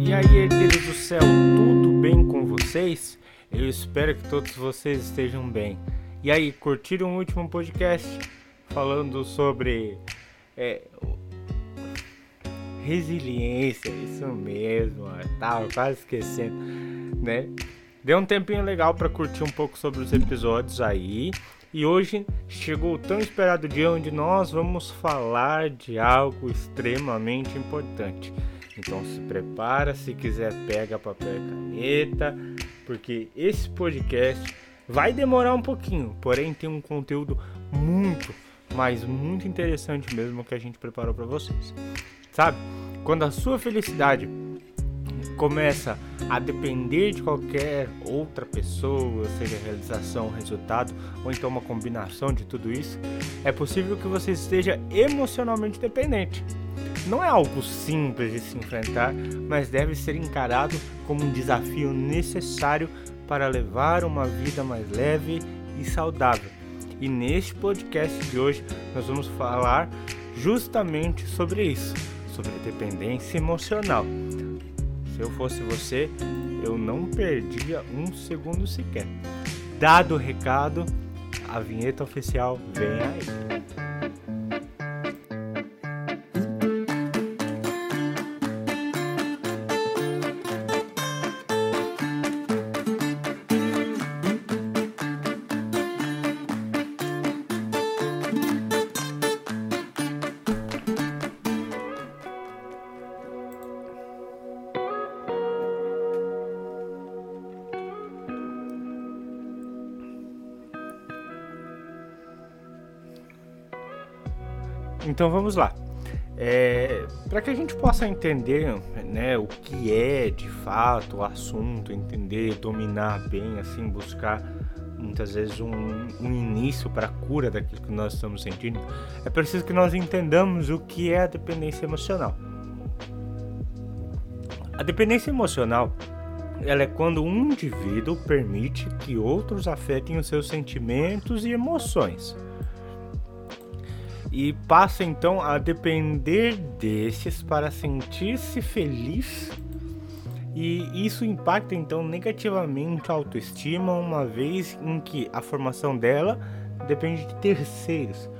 E aí, herdeiros do céu, tudo bem com vocês? Eu espero que todos vocês estejam bem. E aí, curtiram o último podcast falando sobre resiliência? Isso mesmo, tava quase esquecendo, né? Deu um tempinho legal para curtir um pouco sobre os episódios aí. E hoje chegou o tão esperado dia onde nós vamos falar de algo extremamente importante. Então se prepara, se quiser pega papel e caneta, porque esse podcast vai demorar um pouquinho, porém tem um conteúdo muito, mas muito interessante mesmo que a gente preparou para vocês. Sabe, quando a sua felicidade começa a depender de qualquer outra pessoa, seja realização, resultado, ou então uma combinação de tudo isso, é possível que você esteja emocionalmente dependente. Não é algo simples de se enfrentar, mas deve ser encarado como um desafio necessário para levar uma vida mais leve e saudável. E neste podcast de hoje nós vamos falar justamente sobre isso, sobre dependência emocional. Se eu fosse você, eu não perdia um segundo sequer. Dado o recado, a vinheta oficial vem aí. Então vamos lá. Para que a gente possa entender, né, o que é de fato o assunto, entender, dominar bem, assim, buscar muitas vezes um início para a cura daquilo que nós estamos sentindo, é preciso que nós entendamos o que é a dependência emocional. A dependência emocional, ela é quando um indivíduo permite que outros afetem os seus sentimentos e emoções. E passa então a depender desses para sentir-se feliz, e isso impacta então negativamente a autoestima, uma vez em que a formação dela depende de terceiros.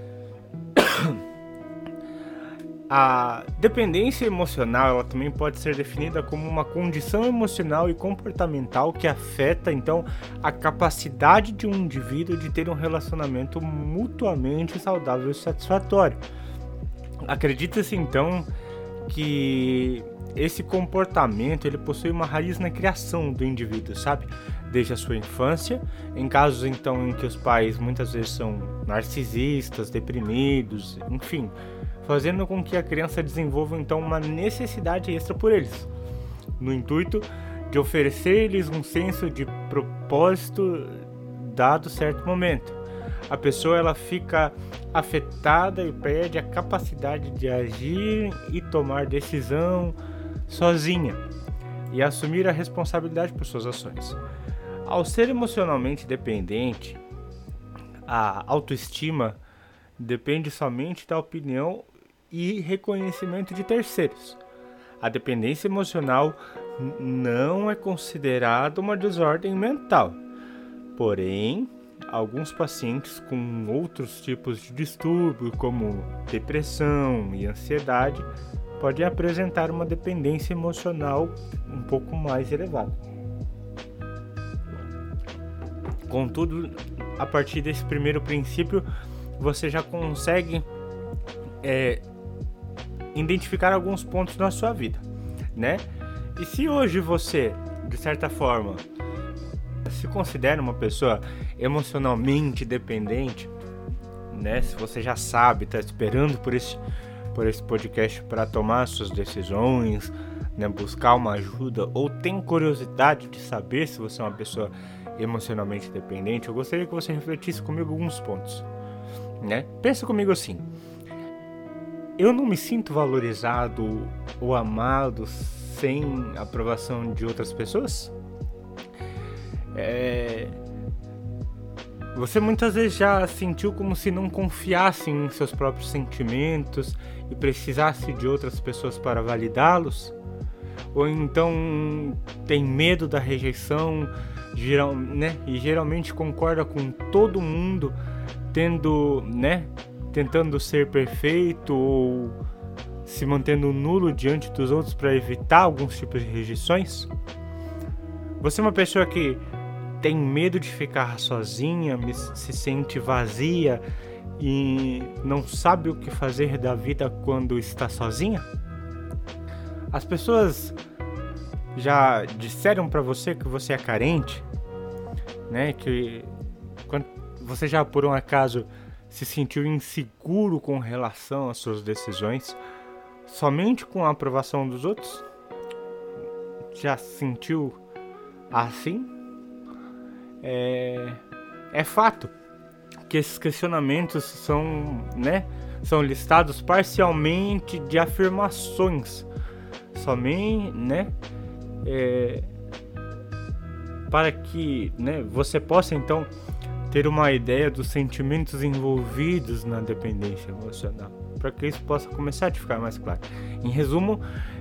A dependência emocional, ela também pode ser definida como uma condição emocional e comportamental que afeta então a capacidade de um indivíduo de ter um relacionamento mutuamente saudável e satisfatório. Acredita-se então que esse comportamento ele possui uma raiz na criação do indivíduo, sabe? Desde a sua infância, em casos então em que os pais muitas vezes são narcisistas, deprimidos, enfim, fazendo com que a criança desenvolva então uma necessidade extra por eles, no intuito de oferecer-lhes um senso de propósito dado certo momento. A pessoa ela fica afetada e perde a capacidade de agir e tomar decisão sozinha e assumir a responsabilidade por suas ações. Ao ser emocionalmente dependente, a autoestima depende somente da opinião e reconhecimento de terceiros. A dependência emocional não é considerada uma desordem mental. Porém, alguns pacientes com outros tipos de distúrbio, como depressão e ansiedade, podem apresentar uma dependência emocional um pouco mais elevada. Contudo, a partir desse primeiro princípio, você já consegue identificar alguns pontos na sua vida, né? E se hoje você, de certa forma, se considera uma pessoa emocionalmente dependente, né? Se você já sabe, está esperando por esse podcast para tomar suas decisões, né? Buscar uma ajuda, ou tem curiosidade de saber se você é uma pessoa emocionalmente dependente, eu gostaria que você refletisse comigo alguns pontos, né? Pensa comigo assim: eu não me sinto valorizado ou amado sem a aprovação de outras pessoas? Você muitas vezes já sentiu como se não confiasse em seus próprios sentimentos e precisasse de outras pessoas para validá-los? ou então tem medo da rejeição, e geralmente concorda com todo mundo, tentando ser perfeito ou se mantendo nulo diante dos outros para evitar alguns tipos de rejeições? Você é uma pessoa que tem medo de ficar sozinha, se sente vazia e não sabe o que fazer da vida quando está sozinha? As pessoas já disseram para você que você é carente, né? Que quando você já por um acaso se sentiu inseguro com relação às suas decisões, somente com a aprovação dos outros? Já se sentiu assim? É fato que esses questionamentos são listados parcialmente de afirmações, somente, para que, você possa então ter uma ideia dos sentimentos envolvidos na dependência emocional, para que isso possa começar a te ficar mais claro. Em resumo,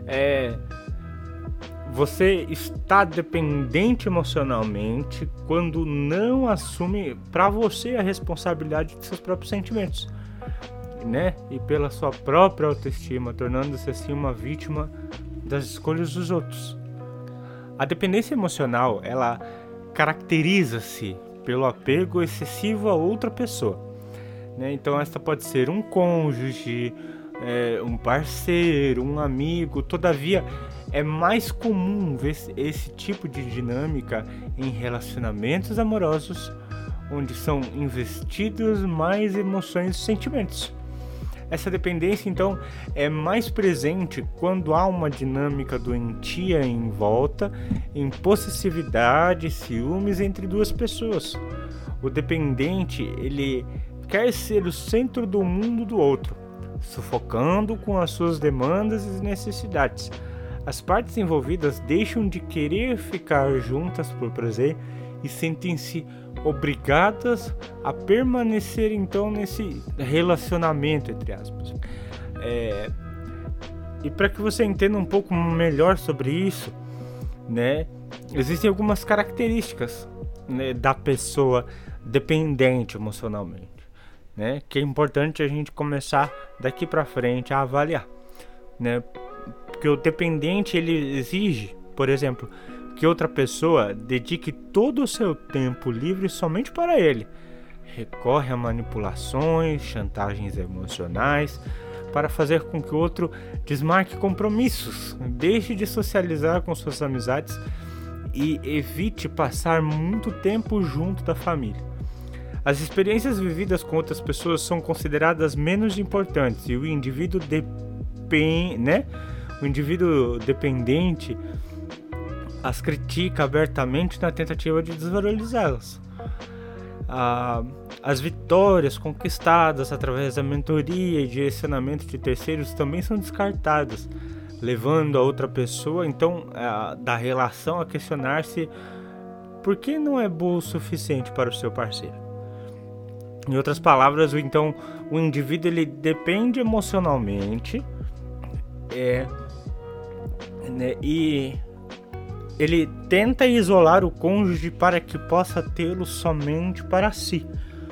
você está dependente emocionalmente quando não assume para você a responsabilidade de seus próprios sentimentos, e pela sua própria autoestima, tornando-se assim uma vítima das escolhas dos outros. A dependência emocional, ela caracteriza-se pelo apego excessivo a outra pessoa, Então esta pode ser um cônjuge, um parceiro, um amigo. Todavia, é mais comum ver esse tipo de dinâmica em relacionamentos amorosos, onde são investidos mais emoções e sentimentos. Essa dependência, então, é mais presente quando há uma dinâmica doentia em volta, em possessividade e ciúmes entre duas pessoas. O dependente, ele quer ser o centro do mundo do outro, sufocando com as suas demandas e necessidades. As partes envolvidas deixam de querer ficar juntas por prazer e sentem-se obrigadas a permanecer então nesse relacionamento, entre aspas. E para que você entenda um pouco melhor sobre isso, existem algumas características, da pessoa dependente emocionalmente, que é importante a gente começar daqui para frente a avaliar, porque o dependente, ele exige, por exemplo, que outra pessoa dedique todo o seu tempo livre somente para ele. Recorre a manipulações, chantagens emocionais, para fazer com que o outro desmarque compromissos, deixe de socializar com suas amizades e evite passar muito tempo junto da família. As experiências vividas com outras pessoas são consideradas menos importantes e o indivíduo dependente as critica abertamente na tentativa de desvalorizá-las. As vitórias conquistadas através da mentoria e direcionamento de terceiros também são descartadas, levando a outra pessoa, então, da relação a questionar-se por que não é boa o suficiente para o seu parceiro. Em outras palavras, o indivíduo, ele depende emocionalmente e ele tenta isolar o cônjuge para que possa tê-lo somente para si.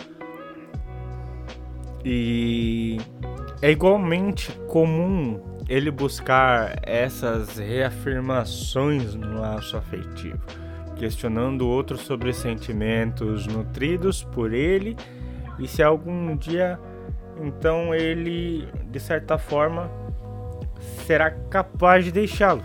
E é igualmente comum ele buscar essas reafirmações no laço afetivo, questionando o outro sobre sentimentos nutridos por ele e se algum dia, então, ele, de certa forma, será capaz de deixá-lo.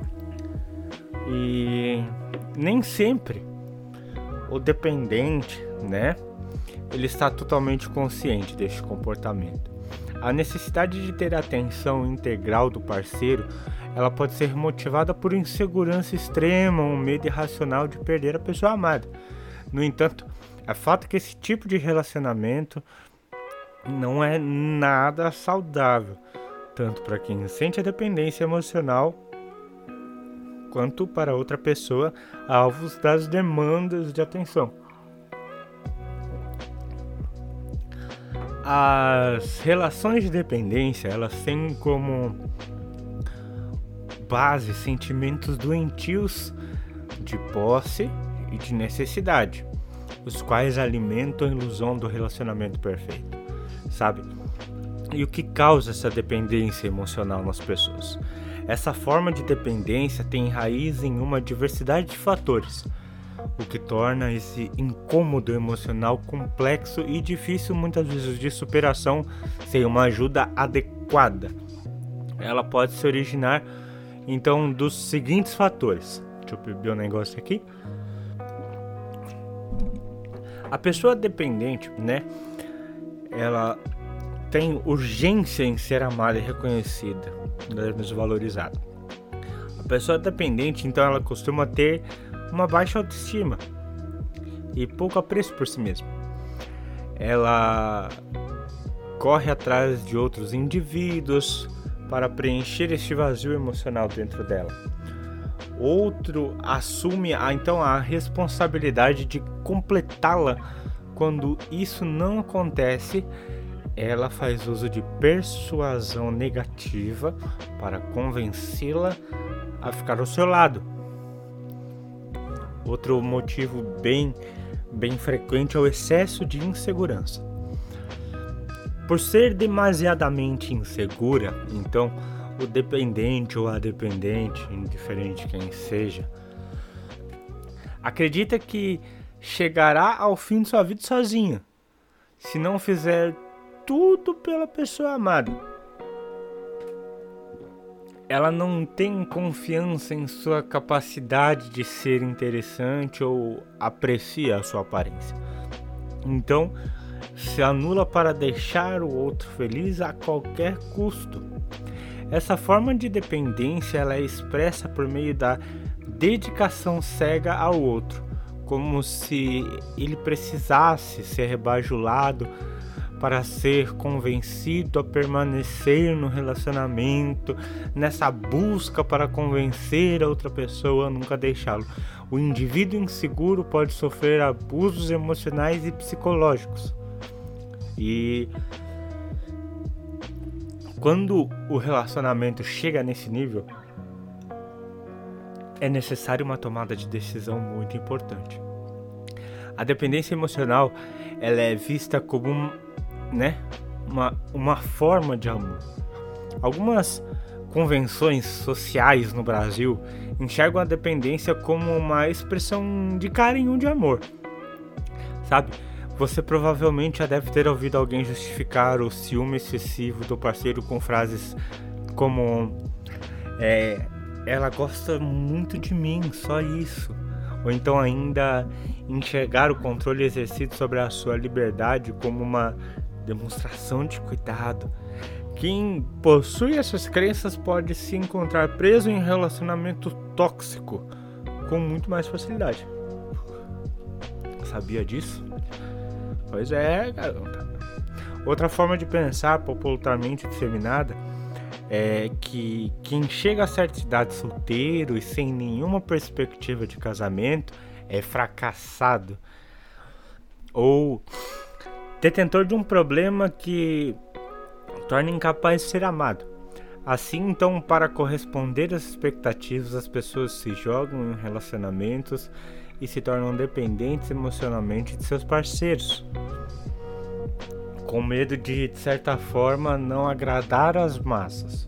E nem sempre o dependente, ele está totalmente consciente deste comportamento. A necessidade de ter a atenção integral do parceiro, ela pode ser motivada por insegurança extrema, um medo irracional de perder a pessoa amada. No entanto, é fato que esse tipo de relacionamento não é nada saudável, tanto para quem sente a dependência emocional, quanto para outra pessoa, alvos das demandas de atenção. As relações de dependência, elas têm como base sentimentos doentios de posse e de necessidade, os quais alimentam a ilusão do relacionamento perfeito, sabe? E o que causa essa dependência emocional nas pessoas? Essa forma de dependência tem raiz em uma diversidade de fatores, o que torna esse incômodo emocional complexo e difícil muitas vezes de superação sem uma ajuda adequada. Ela pode se originar então dos seguintes fatores. Deixa eu beber um negócio aqui. A pessoa dependente, né? Ela tem urgência em ser amada e reconhecida, desvalorizada. A pessoa dependente, então, ela costuma ter uma baixa autoestima e pouco apreço por si mesma. Ela corre atrás de outros indivíduos para preencher este vazio emocional dentro dela. Outro assume então a responsabilidade de completá-la. Quando isso não acontece, ela faz uso de persuasão negativa para convencê-la a ficar ao seu lado. Outro motivo bem frequente é o excesso de insegurança. Por ser demasiadamente insegura, então o dependente ou a dependente, indiferente quem seja, acredita que chegará ao fim de sua vida sozinha, se não fizer tudo pela pessoa amada. Ela não tem confiança em sua capacidade de ser interessante ou aprecia a sua aparência. Então, se anula para deixar o outro feliz a qualquer custo. Essa forma de dependência ela é expressa por meio da dedicação cega ao outro, como se ele precisasse ser rebajulado para ser convencido a permanecer no relacionamento, nessa busca para convencer a outra pessoa a nunca deixá-lo. O indivíduo inseguro pode sofrer abusos emocionais e psicológicos. E quando o relacionamento chega nesse nível, é necessário uma tomada de decisão muito importante. A dependência emocional ela é vista como uma forma de amor. Algumas convenções sociais no Brasil enxergam a dependência como uma expressão de carinho, de amor, sabe? Você provavelmente já deve ter ouvido alguém justificar o ciúme excessivo do parceiro com frases como ela gosta muito de mim, só isso. Ou então ainda enxergar o controle exercido sobre a sua liberdade como uma demonstração de cuidado. Quem possui essas crenças pode se encontrar preso em relacionamento tóxico com muito mais facilidade. Sabia disso? Pois é, garota. Outra forma de pensar popularmente disseminada é que quem chega a certa idade solteiro e sem nenhuma perspectiva de casamento é fracassado ou detentor de um problema que torna incapaz de ser amado. Assim, então, para corresponder às expectativas, as pessoas se jogam em relacionamentos e se tornam dependentes emocionalmente de seus parceiros, com medo de certa forma, não agradar as massas.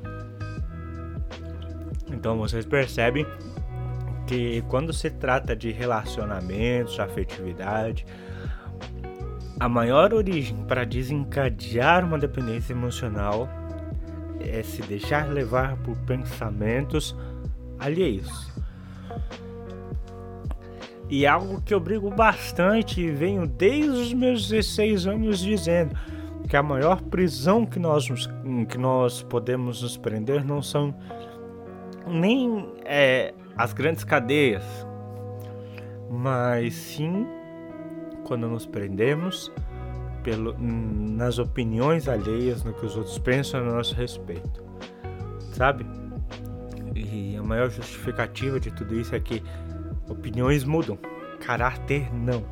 Então, vocês percebem que quando se trata de relacionamentos, de afetividade, a maior origem para desencadear uma dependência emocional é se deixar levar por pensamentos alheios. E é algo que eu brigo bastante e venho desde os meus 16 anos dizendo que a maior prisão que nós podemos nos prender não são nem as grandes cadeias, mas sim quando nos prendemos nas opiniões alheias, no que os outros pensam a nosso respeito, sabe? E a maior justificativa de tudo isso é que opiniões mudam, caráter não.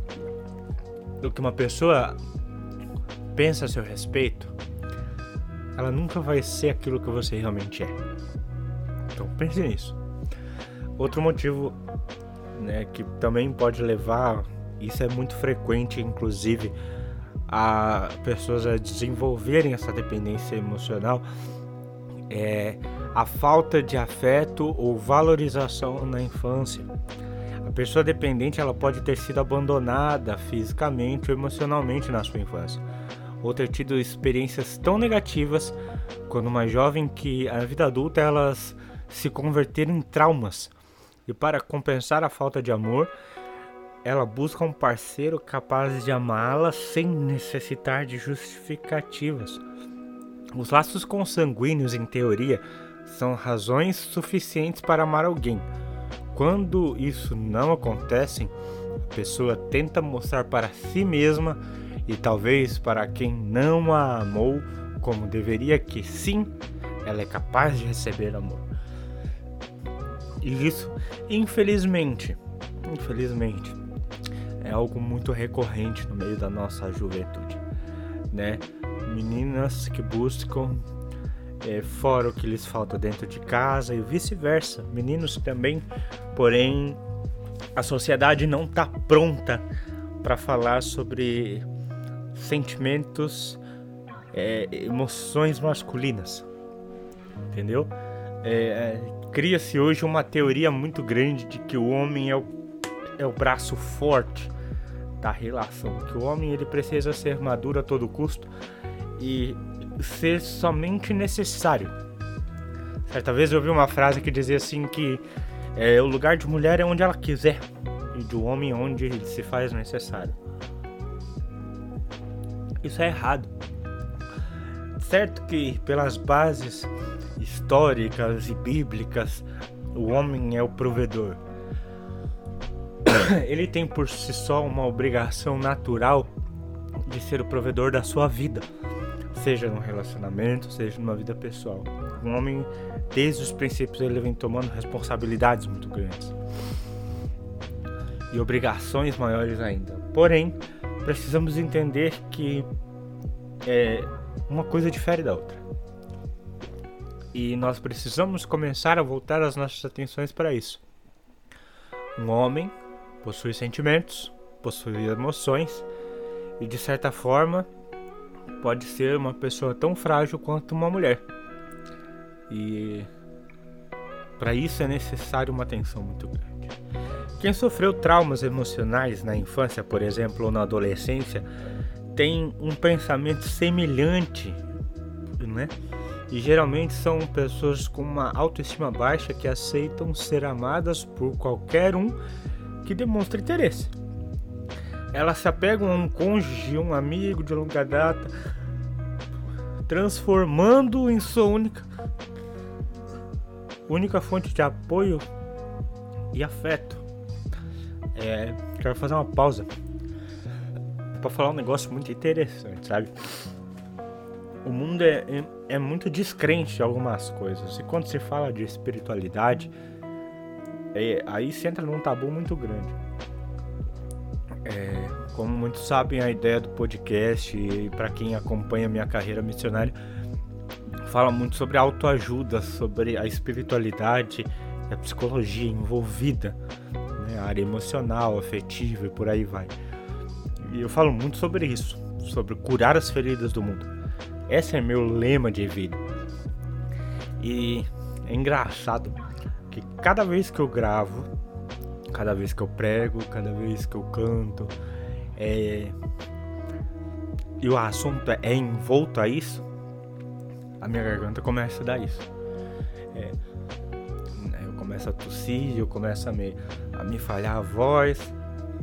O que uma pessoa pensa a seu respeito ela nunca vai ser aquilo que você realmente é. Então pense nisso. Outro motivo, né, que também pode levar, isso é muito frequente, inclusive, a pessoas a desenvolverem essa dependência emocional, é a falta de afeto ou valorização na infância. A pessoa dependente, ela pode ter sido abandonada fisicamente ou emocionalmente na sua infância, ou ter tido experiências tão negativas quando uma jovem que a vida adulta elas se converteram em traumas. E para compensar a falta de amor, ela busca um parceiro capaz de amá-la sem necessitar de justificativas. Os laços consanguíneos, em teoria, são razões suficientes para amar alguém. Quando isso não acontece, a pessoa tenta mostrar para si mesma e talvez para quem não a amou como deveria que sim, ela é capaz de receber amor. E isso, infelizmente, é algo muito recorrente no meio da nossa juventude, né? Meninas que buscam fora o que lhes falta dentro de casa e vice-versa. Meninos também, porém, a sociedade não está pronta para falar sobre sentimentos, emoções masculinas, entendeu? Cria-se hoje uma teoria muito grande de que o homem é o braço forte da relação, que o homem ele precisa ser maduro a todo custo e ser somente necessário. Certa vez eu ouvi uma frase que dizia assim que o lugar de mulher é onde ela quiser e de homem é onde ele se faz necessário. Isso é errado. Certo que pelas bases históricas e bíblicas o homem é o provedor. Ele tem por si só uma obrigação natural de ser o provedor da sua vida, seja num relacionamento, seja numa vida pessoal. O homem, desde os princípios, ele vem tomando responsabilidades muito grandes e obrigações maiores ainda. Porém, precisamos entender que uma coisa difere da outra. E nós precisamos começar a voltar as nossas atenções para isso. Um homem possui sentimentos, possui emoções e, de certa forma, pode ser uma pessoa tão frágil quanto uma mulher. E para isso é necessário uma atenção muito grande. Quem sofreu traumas emocionais na infância, por exemplo, ou na adolescência, tem um pensamento semelhante, né? E geralmente são pessoas com uma autoestima baixa que aceitam ser amadas por qualquer um que demonstre interesse. Elas se apegam a um cônjuge, um amigo de longa data, transformando em sua única fonte de apoio e afeto. Quero fazer uma pausa para falar um negócio muito interessante, sabe? O mundo é muito descrente de algumas coisas. E quando se fala de espiritualidade, aí se entra num tabu muito grande. Como muitos sabem, a ideia do podcast, e para quem acompanha minha carreira missionária, fala muito sobre autoajuda, sobre a espiritualidade e a psicologia envolvida, né? A área emocional, afetiva e por aí vai. E eu falo muito sobre isso, sobre curar as feridas do mundo. Esse é meu lema de vida. E é engraçado que cada vez que eu gravo, cada vez que eu prego, cada vez que eu canto, e o assunto é envolto a isso, a minha garganta começa a dar isso. Eu começo a tossir, eu começo a me falhar a voz.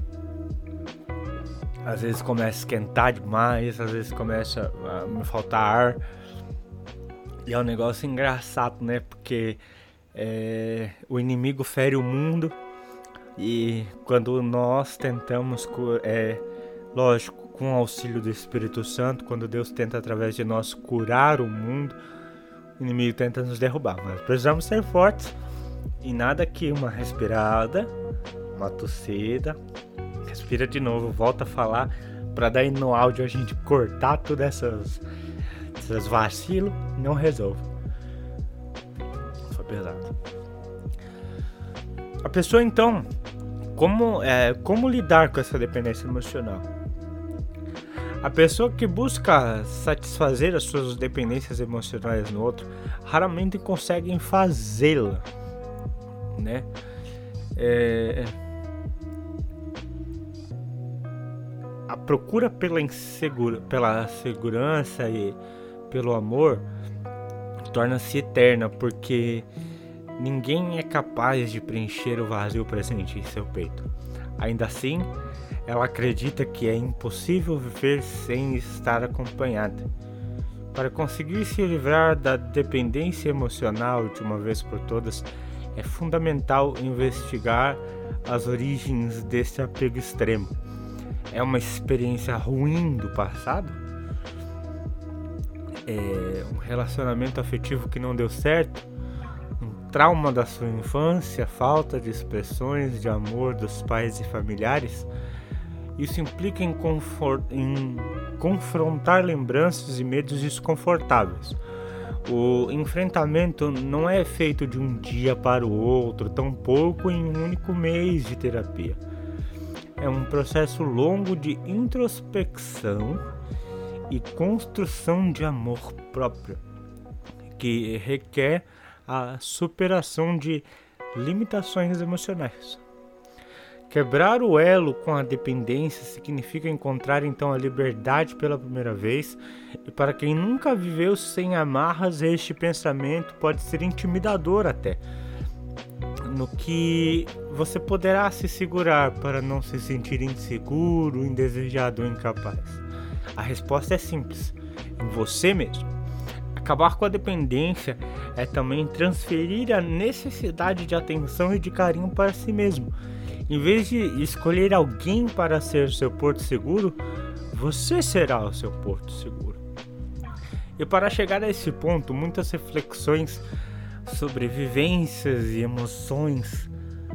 Às vezes começa a esquentar demais, às vezes começa a me faltar ar. E é um negócio engraçado, né? Porque o inimigo fere o mundo. E quando nós tentamos, lógico, com o auxílio do Espírito Santo, quando Deus tenta através de nós curar o mundo, o inimigo tenta nos derrubar. Mas precisamos ser fortes. E nada que uma respirada, uma tossida, respira de novo, volta a falar, para daí no áudio a gente cortar todas essas esses vacilos, não resolve. Foi pesado. A pessoa, então, como lidar com essa dependência emocional? A pessoa que busca satisfazer as suas dependências emocionais no outro raramente consegue fazê-la, né? A procura pela segurança e pelo amor torna-se eterna, porque ninguém é capaz de preencher o vazio presente em seu peito. Ainda assim, ela acredita que é impossível viver sem estar acompanhada. Para conseguir se livrar da dependência emocional de uma vez por todas, é fundamental investigar as origens desse apego extremo. É uma experiência ruim do passado? É um relacionamento afetivo que não deu certo? Um trauma da sua infância? Falta de expressões de amor dos pais e familiares? Isso implica em confrontar lembranças e medos desconfortáveis. O enfrentamento não é feito de um dia para o outro, tampouco em um único mês de terapia. É um processo longo de introspecção e construção de amor próprio, que requer a superação de limitações emocionais. Quebrar o elo com a dependência significa encontrar então a liberdade pela primeira vez, e para quem nunca viveu sem amarras, este pensamento pode ser intimidador até, no que você poderá se segurar para não se sentir inseguro, indesejado ou incapaz. A resposta é simples, em você mesmo. Acabar com a dependência é também transferir a necessidade de atenção e de carinho para si mesmo. Em vez de escolher alguém para ser seu porto seguro, você será o seu porto seguro. E para chegar a esse ponto, muitas reflexões sobre vivências e emoções,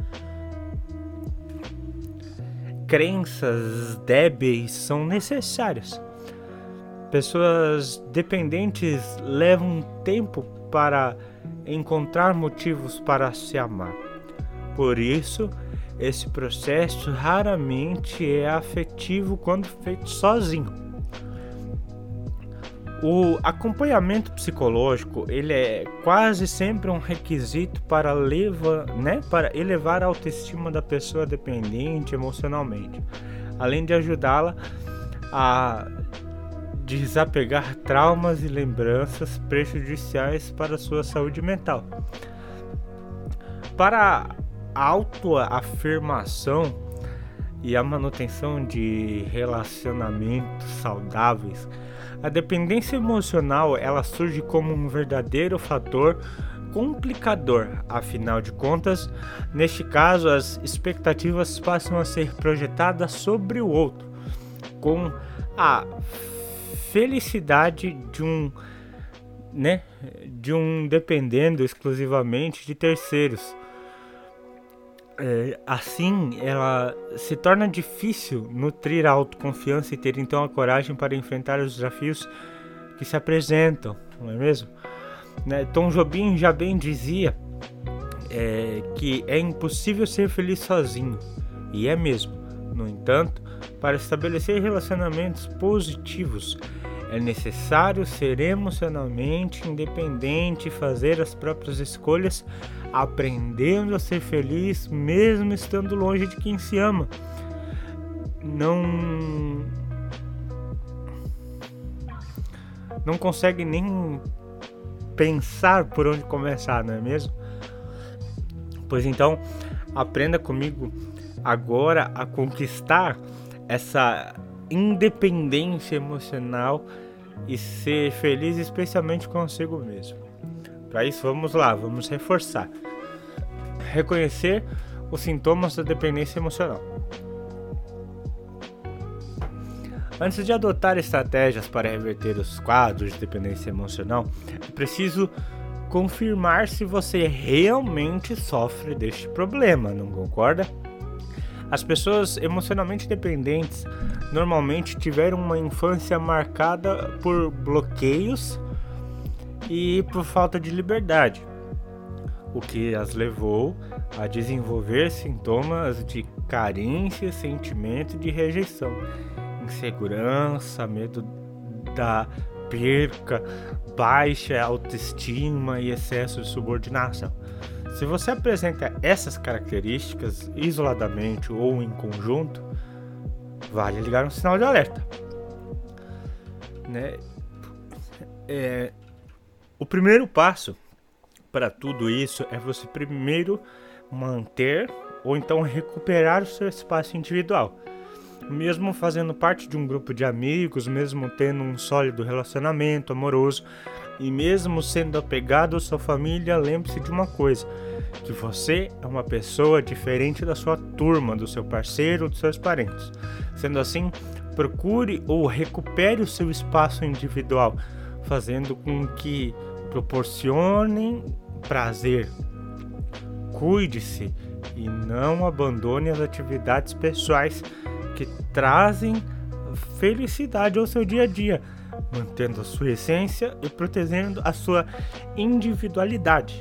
crenças débeis são necessárias. Pessoas dependentes levam tempo para encontrar motivos para se amar. Por isso, esse processo raramente é afetivo quando feito sozinho. O acompanhamento psicológico, ele é quase sempre um requisito para elevar a autoestima da pessoa dependente emocionalmente, além de ajudá-la a desapegar traumas e lembranças prejudiciais para a sua saúde mental. Para a autoafirmação e a manutenção de relacionamentos saudáveis, a dependência emocional ela surge como um verdadeiro fator complicador. Afinal de contas, neste caso, as expectativas passam a ser projetadas sobre o outro, com a felicidade de um dependendo exclusivamente de terceiros. Assim, ela se torna difícil nutrir a autoconfiança e ter então a coragem para enfrentar os desafios que se apresentam, não é mesmo? Tom Jobim já bem dizia que é impossível ser feliz sozinho, e é mesmo. No entanto, para estabelecer relacionamentos positivos, é necessário ser emocionalmente independente e fazer as próprias escolhas, aprendendo a ser feliz mesmo estando longe de quem se ama. Não consegue nem pensar por onde começar, não é mesmo? Pois então, aprenda comigo agora a conquistar essa independência emocional e ser feliz, especialmente consigo mesmo. Para isso, vamos reforçar. Reconhecer os sintomas da dependência emocional. Antes de adotar estratégias para reverter os quadros de dependência emocional, é preciso confirmar se você realmente sofre deste problema, não concorda? As pessoas emocionalmente dependentes normalmente tiveram uma infância marcada por bloqueios e por falta de liberdade, o que as levou a desenvolver sintomas de carência, sentimento de rejeição, insegurança, medo da perca, baixa autoestima e excesso de subordinação. Se você apresenta essas características isoladamente ou em conjunto, vale ligar um sinal de alerta, né? O primeiro passo para tudo isso é você primeiro manter ou então recuperar o seu espaço individual. Mesmo fazendo parte de um grupo de amigos, mesmo tendo um sólido relacionamento amoroso e mesmo sendo apegado à sua família, lembre-se de uma coisa, que você é uma pessoa diferente da sua turma, do seu parceiro, dos seus parentes. Sendo assim, procure ou recupere o seu espaço individual, fazendo com que proporcionem prazer. Cuide-se e não abandone as atividades pessoais que trazem felicidade ao seu dia a dia, mantendo a sua essência e protegendo a sua individualidade.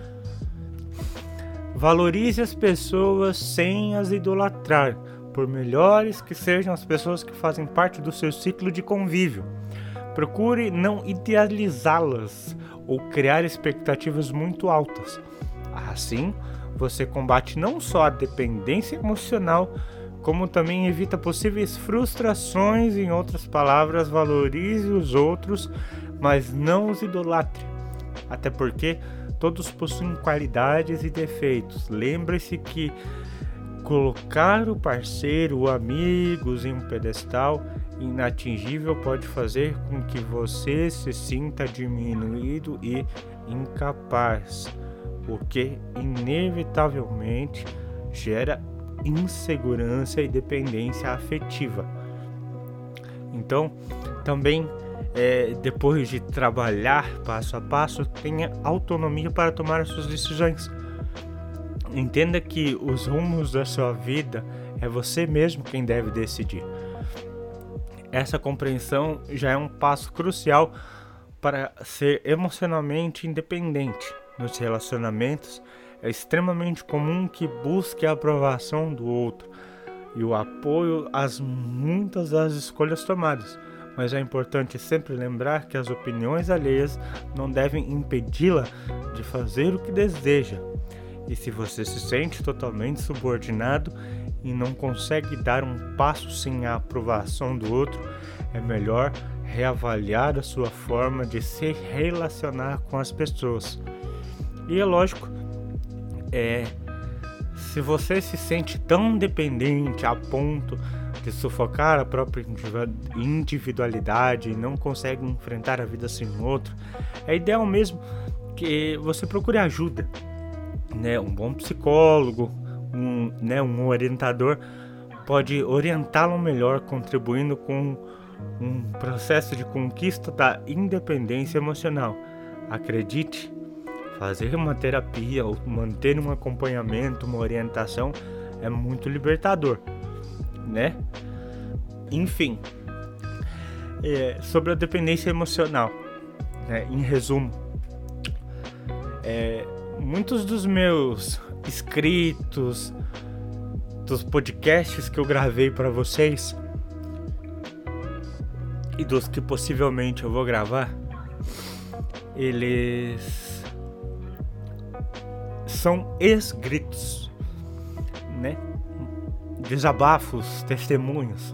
Valorize as pessoas sem as idolatrar, por melhores que sejam as pessoas que fazem parte do seu ciclo de convívio. Procure não idealizá-las ou criar expectativas muito altas. Assim, você combate não só a dependência emocional, como também evita possíveis frustrações. Em outras palavras, valorize os outros, mas não os idolatre. Até porque todos possuem qualidades e defeitos. Lembre-se que colocar o parceiro ou amigos em um pedestal inatingível pode fazer com que você se sinta diminuído e incapaz, o que inevitavelmente gera insegurança e dependência afetiva. Então, também depois de trabalhar passo a passo, tenha autonomia para tomar as suas decisões. Entenda que os rumos da sua vida é você mesmo quem deve decidir. Essa compreensão já é um passo crucial para ser emocionalmente independente. Nos relacionamentos, é extremamente comum que busque a aprovação do outro e o apoio às muitas das escolhas tomadas, mas é importante sempre lembrar que as opiniões alheias não devem impedi-la de fazer o que deseja. E se você se sente totalmente subordinado e não consegue dar um passo sem a aprovação do outro, é melhor reavaliar a sua forma de se relacionar com as pessoas. E é lógico, se você se sente tão dependente a ponto de sufocar a própria individualidade e não consegue enfrentar a vida sem o outro, é ideal mesmo que você procure ajuda, né? Um bom psicólogo, um orientador pode orientá-lo melhor, contribuindo com um processo de conquista da independência emocional. Acredite, fazer uma terapia ou manter um acompanhamento, uma orientação é muito libertador, né? Enfim, sobre a dependência emocional, né? Em resumo, muitos dos meus escritos, dos podcasts que eu gravei para vocês e dos que possivelmente eu vou gravar, eles são escritos, né? Desabafos, testemunhos.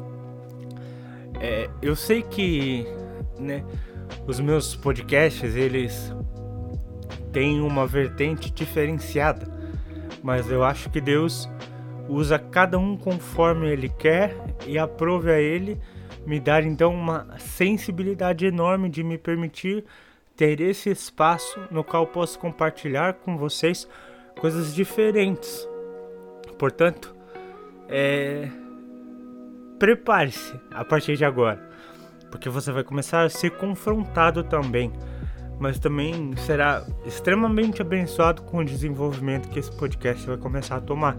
Eu sei que, né, os meus podcasts, eles têm uma vertente diferenciada, mas eu acho que Deus usa cada um conforme Ele quer e aprove a Ele me dar então uma sensibilidade enorme de me permitir ter esse espaço no qual posso compartilhar com vocês coisas diferentes. Portanto, prepare-se a partir de agora, porque você vai começar a ser confrontado também, mas também será extremamente abençoado com o desenvolvimento que esse podcast vai começar a tomar.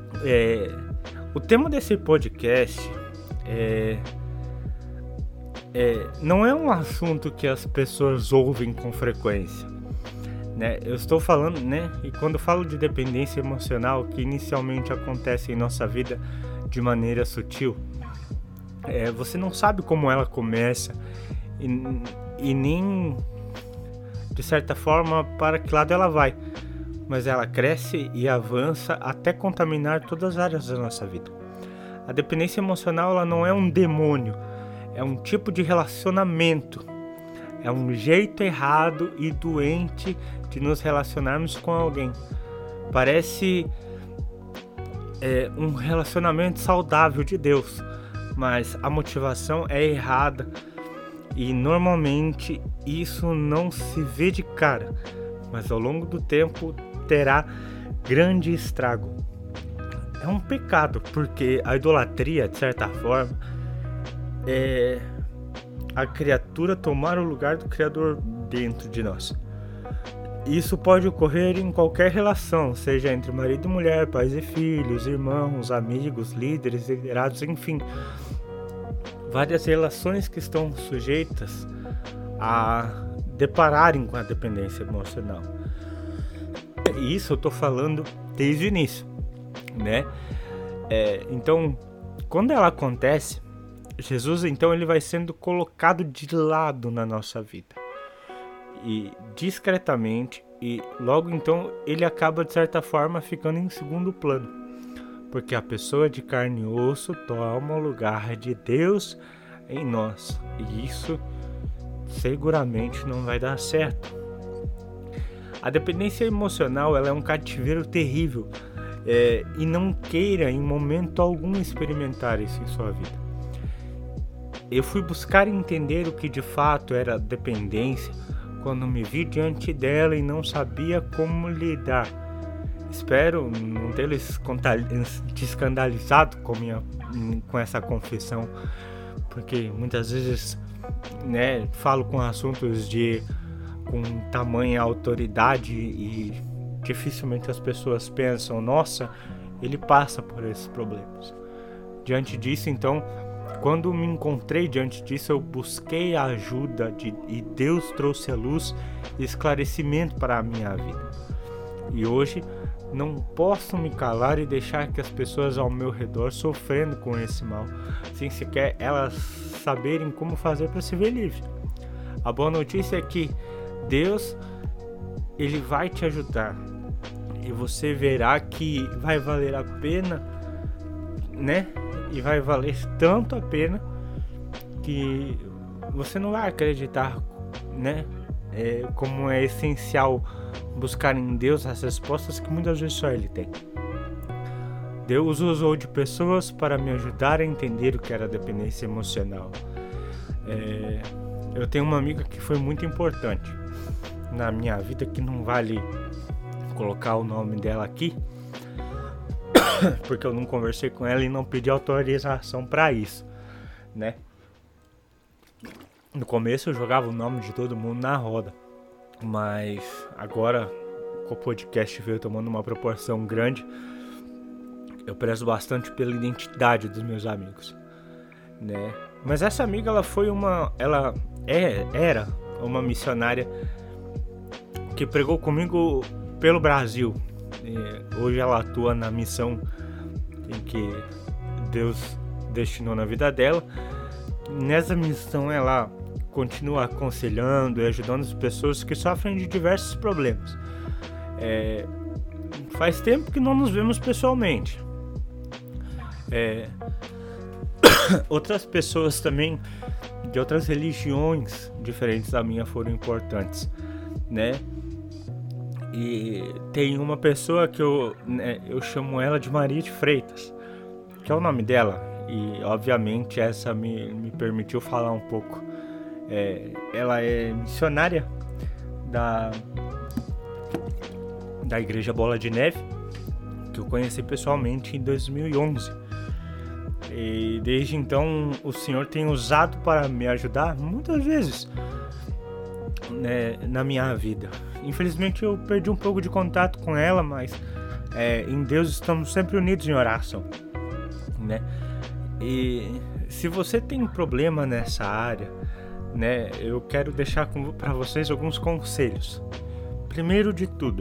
O tema desse podcast não é um assunto que as pessoas ouvem com frequência, né? Eu estou falando, né? E quando eu falo de dependência emocional, que inicialmente acontece em nossa vida de maneira sutil, você não sabe como ela começa e nem, de certa forma, para que lado ela vai. Mas ela cresce e avança até contaminar todas as áreas da nossa vida. A dependência emocional, ela não é um demônio, é um tipo de relacionamento. É um jeito errado e doente de nos relacionarmos com alguém. Parece um relacionamento saudável de Deus, mas a motivação é errada e normalmente isso não se vê de cara, mas ao longo do tempo terá grande estrago. É um pecado, porque a idolatria, de certa forma, é a criatura tomar o lugar do Criador dentro de nós. Isso pode ocorrer em qualquer relação, seja entre marido e mulher, pais e filhos, irmãos, amigos, líderes, liderados, enfim. Várias relações que estão sujeitas a depararem com a dependência emocional. Isso eu estou falando desde o início, né? Então, quando ela acontece, Jesus, então, ele vai sendo colocado de lado na nossa vida. E discretamente, e logo então ele acaba, de certa forma, ficando em segundo plano. Porque a pessoa de carne e osso toma o lugar de Deus em nós. E isso seguramente não vai dar certo. A dependência emocional, ela é um cativeiro terrível. E não queira em momento algum experimentar isso em sua vida. Eu fui buscar entender o que de fato era dependência quando me vi diante dela e não sabia como lidar. Espero não tê-los te escandalizado com essa confissão, porque muitas vezes, né, falo com assuntos com tamanha autoridade e dificilmente as pessoas pensam, nossa, ele passa por esses problemas. Diante disso, então, quando me encontrei diante disso, eu busquei a ajuda e Deus trouxe a luz e esclarecimento para a minha vida. E hoje não posso me calar e deixar que as pessoas ao meu redor sofrendo com esse mal, sem sequer elas saberem como fazer para se ver livre. A boa notícia é que Deus, ele vai te ajudar e você verá que vai valer a pena, né? E vai valer tanto a pena que você não vai acreditar, né? Como é essencial buscar em Deus as respostas que muitas vezes só Ele tem. Deus usou de pessoas para me ajudar a entender o que era dependência emocional. Eu tenho uma amiga que foi muito importante na minha vida, que não vale colocar o nome dela aqui, porque eu não conversei com ela e não pedi autorização para isso, né? No começo eu jogava o nome de todo mundo na roda, mas agora com o podcast veio tomando uma proporção grande, eu prezo bastante pela identidade dos meus amigos, né? Mas essa amiga, era uma missionária que pregou comigo pelo Brasil. Hoje ela atua na missão em que Deus destinou na vida dela. Nessa missão ela continua aconselhando e ajudando as pessoas que sofrem de diversos problemas. Faz tempo que não nos vemos pessoalmente. Outras pessoas também de outras religiões diferentes da minha foram importantes, né? E tem uma pessoa que eu chamo ela de Maria de Freitas, que é o nome dela, e obviamente essa me permitiu falar um pouco. Ela é missionária da Igreja Bola de Neve, que eu conheci pessoalmente em 2011. E desde então o Senhor tem usado para me ajudar muitas vezes, né, na minha vida. Infelizmente eu perdi um pouco de contato com ela, mas em Deus estamos sempre unidos em oração, né? E Se você tem problema nessa área, né, eu quero deixar para vocês alguns conselhos. Primeiro de tudo,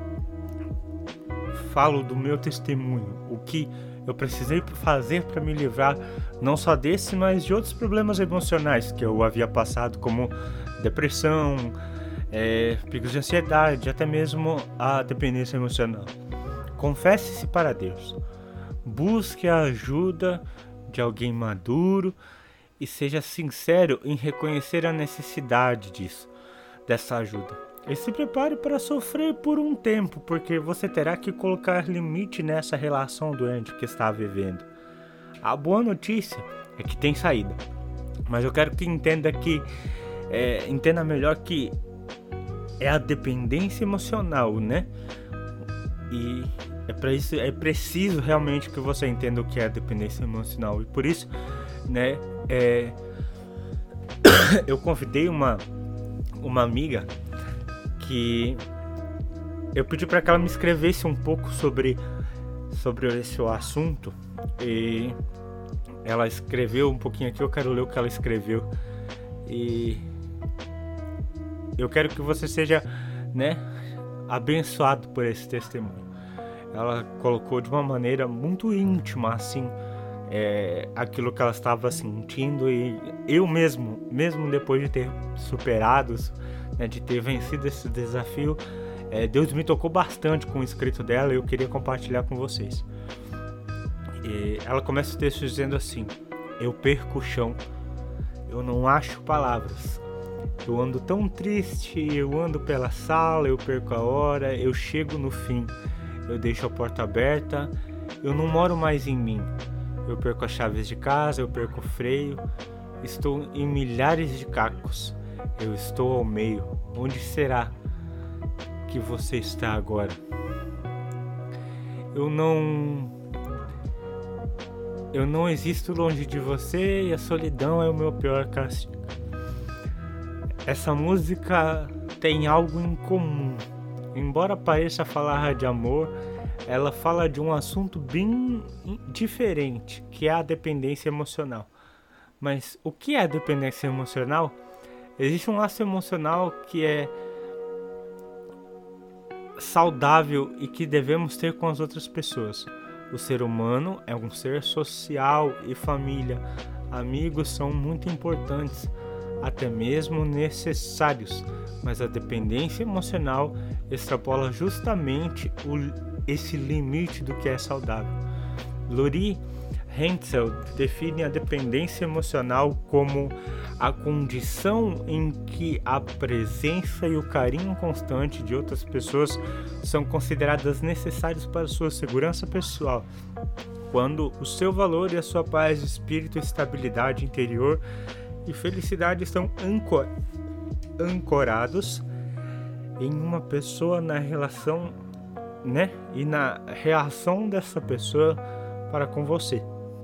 falo do meu testemunho, o que eu precisei fazer para me livrar não só desse, mas de outros problemas emocionais que eu havia passado, como depressão, picos de ansiedade, até mesmo a dependência emocional. Confesse-se para Deus, busque a ajuda de alguém maduro e seja sincero em reconhecer a necessidade dessa ajuda. E se prepare para sofrer por um tempo, porque você terá que colocar limite nessa relação doente que está vivendo. A boa notícia é que tem saída, mas eu quero que entenda melhor que é a dependência emocional, né? E para isso é preciso realmente que você entenda o que é a dependência emocional. E por isso, né, eu convidei uma amiga que eu pedi para que ela me escrevesse um pouco sobre esse assunto, e ela escreveu um pouquinho aqui. Eu quero ler o que ela escreveu e eu quero que você seja, né, abençoado por esse testemunho. Ela colocou de uma maneira muito íntima, assim, aquilo que ela estava sentindo, e eu mesmo depois de ter superado, né, de ter vencido esse desafio, Deus me tocou bastante com o escrito dela e eu queria compartilhar com vocês. E ela começa o texto dizendo assim: eu perco o chão, eu não acho palavras, eu ando tão triste, eu ando pela sala, eu perco a hora, eu chego no fim, eu deixo a porta aberta, eu não moro mais em mim, eu perco as chaves de casa, eu perco o freio, estou em milhares de cacos, eu estou ao meio. Onde será que você está agora? Eu não existo longe de você e a solidão é o meu pior castigo. Essa música tem algo em comum. Embora pareça falar de amor, ela fala de um assunto bem diferente, que é a dependência emocional. Mas o que é a dependência emocional? Existe um laço emocional que é saudável e que devemos ter com as outras pessoas. O ser humano é um ser social e família. Amigos são muito importantes, até mesmo necessários, mas a dependência emocional extrapola justamente esse limite do que é saudável. Lori Hentzel define a dependência emocional como a condição em que a presença e o carinho constante de outras pessoas são consideradas necessários para sua segurança pessoal, quando o seu valor e a sua paz de espírito, estabilidade interior e felicidade estão ancorados em uma pessoa, na relação, né, e na reação dessa pessoa para com você.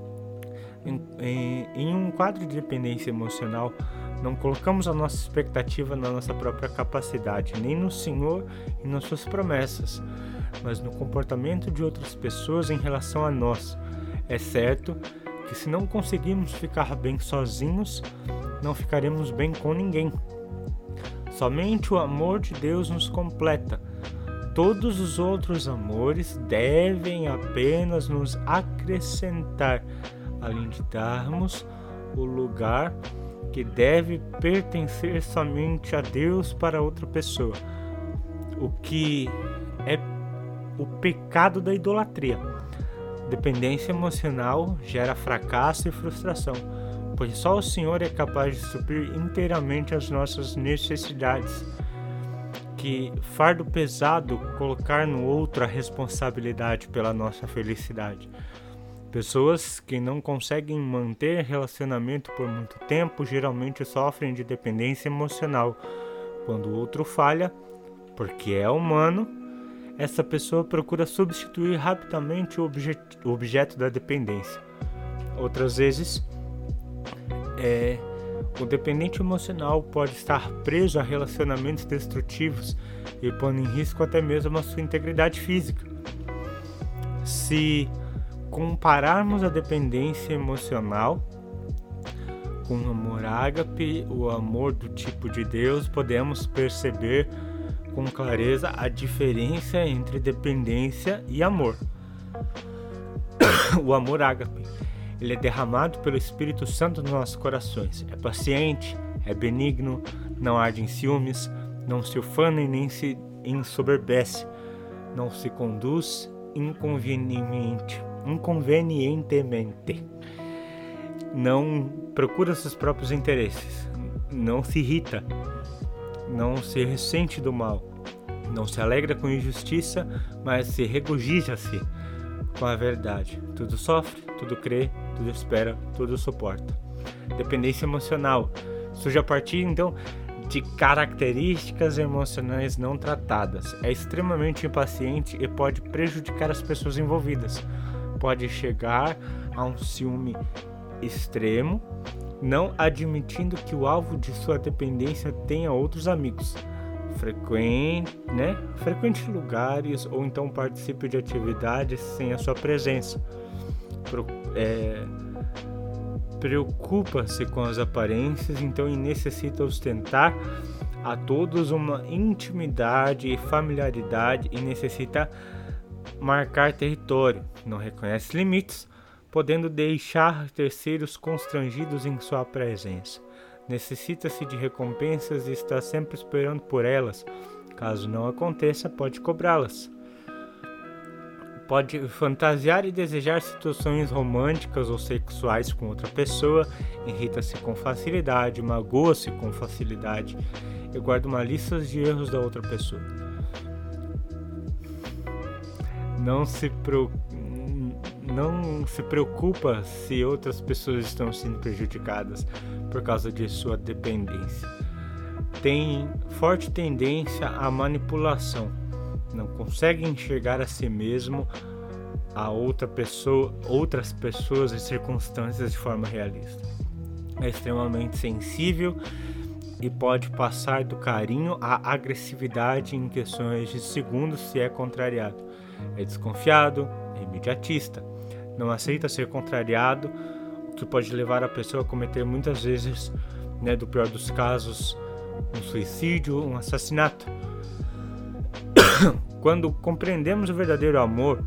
Em um quadro de dependência emocional, não colocamos a nossa expectativa na nossa própria capacidade, nem no Senhor e nas suas promessas, mas no comportamento de outras pessoas em relação a nós. É certo que se não conseguirmos ficar bem sozinhos, não ficaremos bem com ninguém. Somente o amor de Deus nos completa. Todos os outros amores devem apenas nos acrescentar, além de darmos o lugar que deve pertencer somente a Deus para outra pessoa, o que é o pecado da idolatria. Dependência emocional gera fracasso e frustração, pois só o Senhor é capaz de suprir inteiramente as nossas necessidades. Que fardo pesado colocar no outro a responsabilidade pela nossa felicidade. Pessoas que não conseguem manter relacionamento por muito tempo geralmente sofrem de dependência emocional. Quando o outro falha, porque é humano, essa pessoa procura substituir rapidamente o objeto da dependência. Outras vezes, o dependente emocional pode estar preso a relacionamentos destrutivos e pondo em risco até mesmo a sua integridade física. Se compararmos a dependência emocional Com o amor ágape, o amor do tipo de Deus, podemos perceber com clareza a diferença entre dependência e amor. O amor ágape, ele é derramado pelo Espírito Santo nos nossos corações. É paciente, é benigno, não arde em ciúmes, não se ufana e nem se ensoberbece, não se conduz inconvenientemente, não procura seus próprios interesses, não se irrita, não se ressente do mal, não se alegra com injustiça, mas se regozija-se com a verdade. Tudo sofre, tudo crê, tudo espera, tudo suporta. Dependência emocional surge a partir, então, de características emocionais não tratadas. É extremamente impaciente e pode prejudicar as pessoas envolvidas. Pode chegar a um ciúme extremo, não admitindo que o alvo de sua dependência tenha outros amigos. Frequente lugares ou então participe de atividades sem a sua presença. Preocupa-se com as aparências, então, e necessita ostentar a todos uma intimidade e familiaridade e necessita marcar território. Não reconhece limites, podendo deixar terceiros constrangidos em sua presença. Necessita-se de recompensas e está sempre esperando por elas. Caso não aconteça, pode cobrá-las. Pode fantasiar e desejar situações românticas ou sexuais com outra pessoa, irrita-se com facilidade, magoa-se com facilidade e guarda uma lista de erros da outra pessoa. Não se preocupa se outras pessoas estão sendo prejudicadas por causa de sua dependência. Tem forte tendência à manipulação. Não consegue enxergar a si mesmo, a outras pessoas e circunstâncias de forma realista. É extremamente sensível e pode passar do carinho à agressividade em questões de segundos se é contrariado. É desconfiado, é imediatista, não aceita ser contrariado, o que pode levar a pessoa a cometer muitas vezes, do pior dos casos, um suicídio, um assassinato. Quando compreendemos o verdadeiro amor,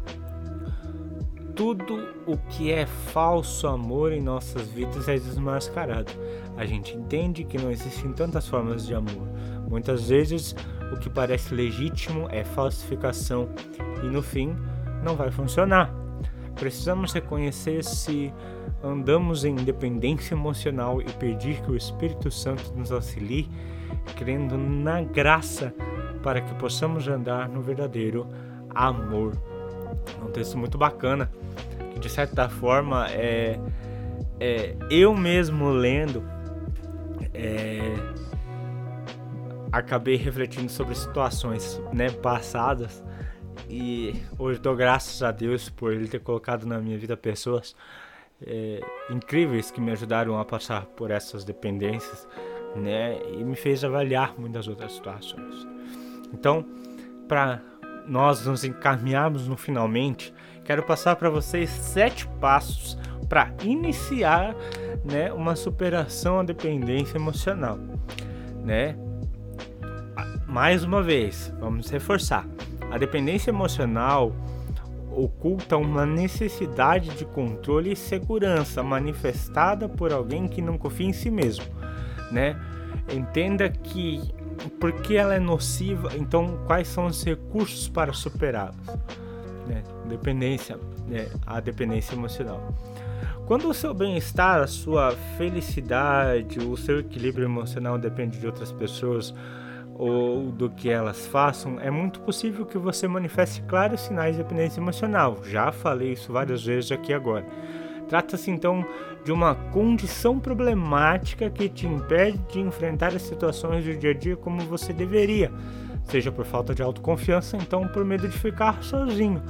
tudo o que é falso amor em nossas vidas é desmascarado. A gente entende que não existem tantas formas de amor. Muitas vezes o que parece legítimo é falsificação e no fim não vai funcionar. Precisamos reconhecer se andamos em dependência emocional e pedir que o Espírito Santo nos auxilie, crendo na graça para que possamos andar no verdadeiro amor. É um texto muito bacana, que de certa forma eu mesmo lendo acabei refletindo sobre situações passadas, e hoje dou graças a Deus por Ele ter colocado na minha vida pessoas incríveis que me ajudaram a passar por essas dependências, e me fez avaliar muitas outras situações. Então, para nós nos encaminharmos no finalmente, quero passar para vocês 7 passos para iniciar uma superação à dependência emocional. Mais uma vez, vamos reforçar. A dependência emocional oculta uma necessidade de controle e segurança manifestada por alguém que não confia em si mesmo. Entenda que porque ela é nociva, então quais são os recursos para superá-las? A dependência emocional. Quando o seu bem-estar, a sua felicidade, o seu equilíbrio emocional depende de outras pessoas ou do que elas façam, é muito possível que você manifeste claros sinais de dependência emocional. Já falei isso várias vezes aqui agora. Trata-se então de uma condição problemática que te impede de enfrentar as situações do dia a dia como você deveria, seja por falta de autoconfiança, então por medo de ficar sozinho,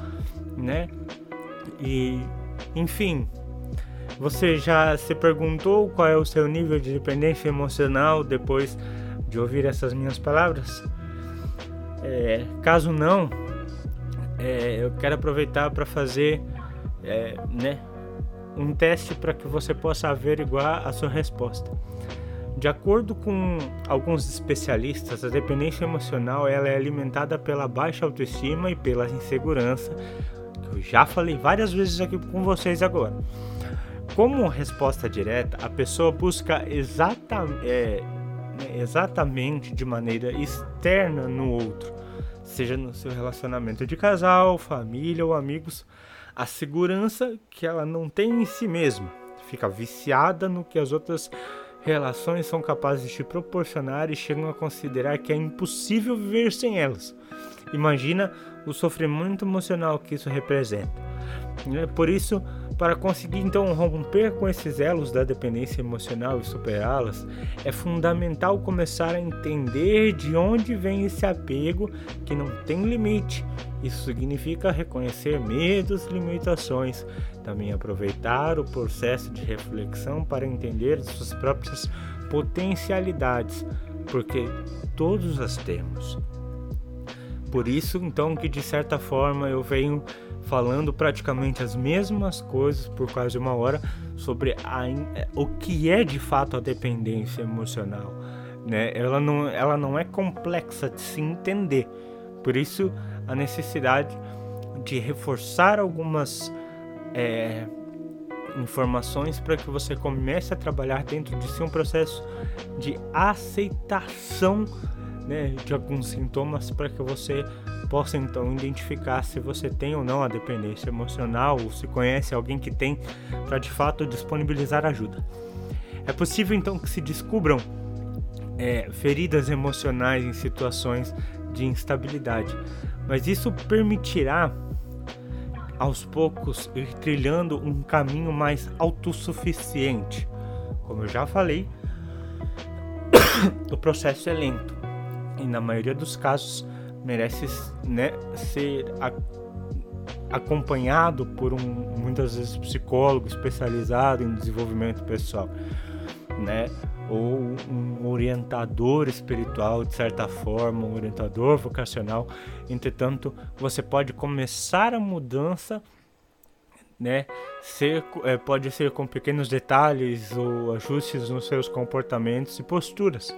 E, enfim, você já se perguntou qual é o seu nível de dependência emocional depois de ouvir essas minhas palavras? Caso não, eu quero aproveitar para fazer um teste para que você possa averiguar a sua resposta. De acordo com alguns especialistas, a dependência emocional ela é alimentada pela baixa autoestima e pela insegurança, que eu já falei várias vezes aqui com vocês agora. Como resposta direta, a pessoa busca exatamente de maneira externa no outro, seja no seu relacionamento de casal, família ou amigos, a segurança que ela não tem em si mesma, fica viciada no que as outras relações são capazes de te proporcionar e chegam a considerar que é impossível viver sem elas. Imagina o sofrimento emocional que isso representa. Por isso, para conseguir então romper com esses elos da dependência emocional e superá-las, é fundamental começar a entender de onde vem esse apego que não tem limite. Isso significa reconhecer medos e limitações, também aproveitar o processo de reflexão para entender suas próprias potencialidades, porque todos as temos. Por isso, então, que de certa forma eu venho falando praticamente as mesmas coisas por quase uma hora sobre o que é de fato a dependência emocional, né? Ela não é complexa de se entender, por isso a necessidade de reforçar algumas informações para que você comece a trabalhar dentro de si um processo de aceitação, né, de alguns sintomas para que você possa então identificar se você tem ou não a dependência emocional ou se conhece alguém que tem, para de fato disponibilizar ajuda. É possível então que se descubram feridas emocionais em situações de instabilidade, mas isso permitirá aos poucos ir trilhando um caminho mais autossuficiente. Como eu já falei, o processo é lento e na maioria dos casos merece, né, ser acompanhado por muitas vezes psicólogo especializado em desenvolvimento pessoal, né, ou um orientador espiritual de certa forma, um orientador vocacional. Entretanto, você pode começar a mudança, né, pode ser com pequenos detalhes ou ajustes nos seus comportamentos e posturas.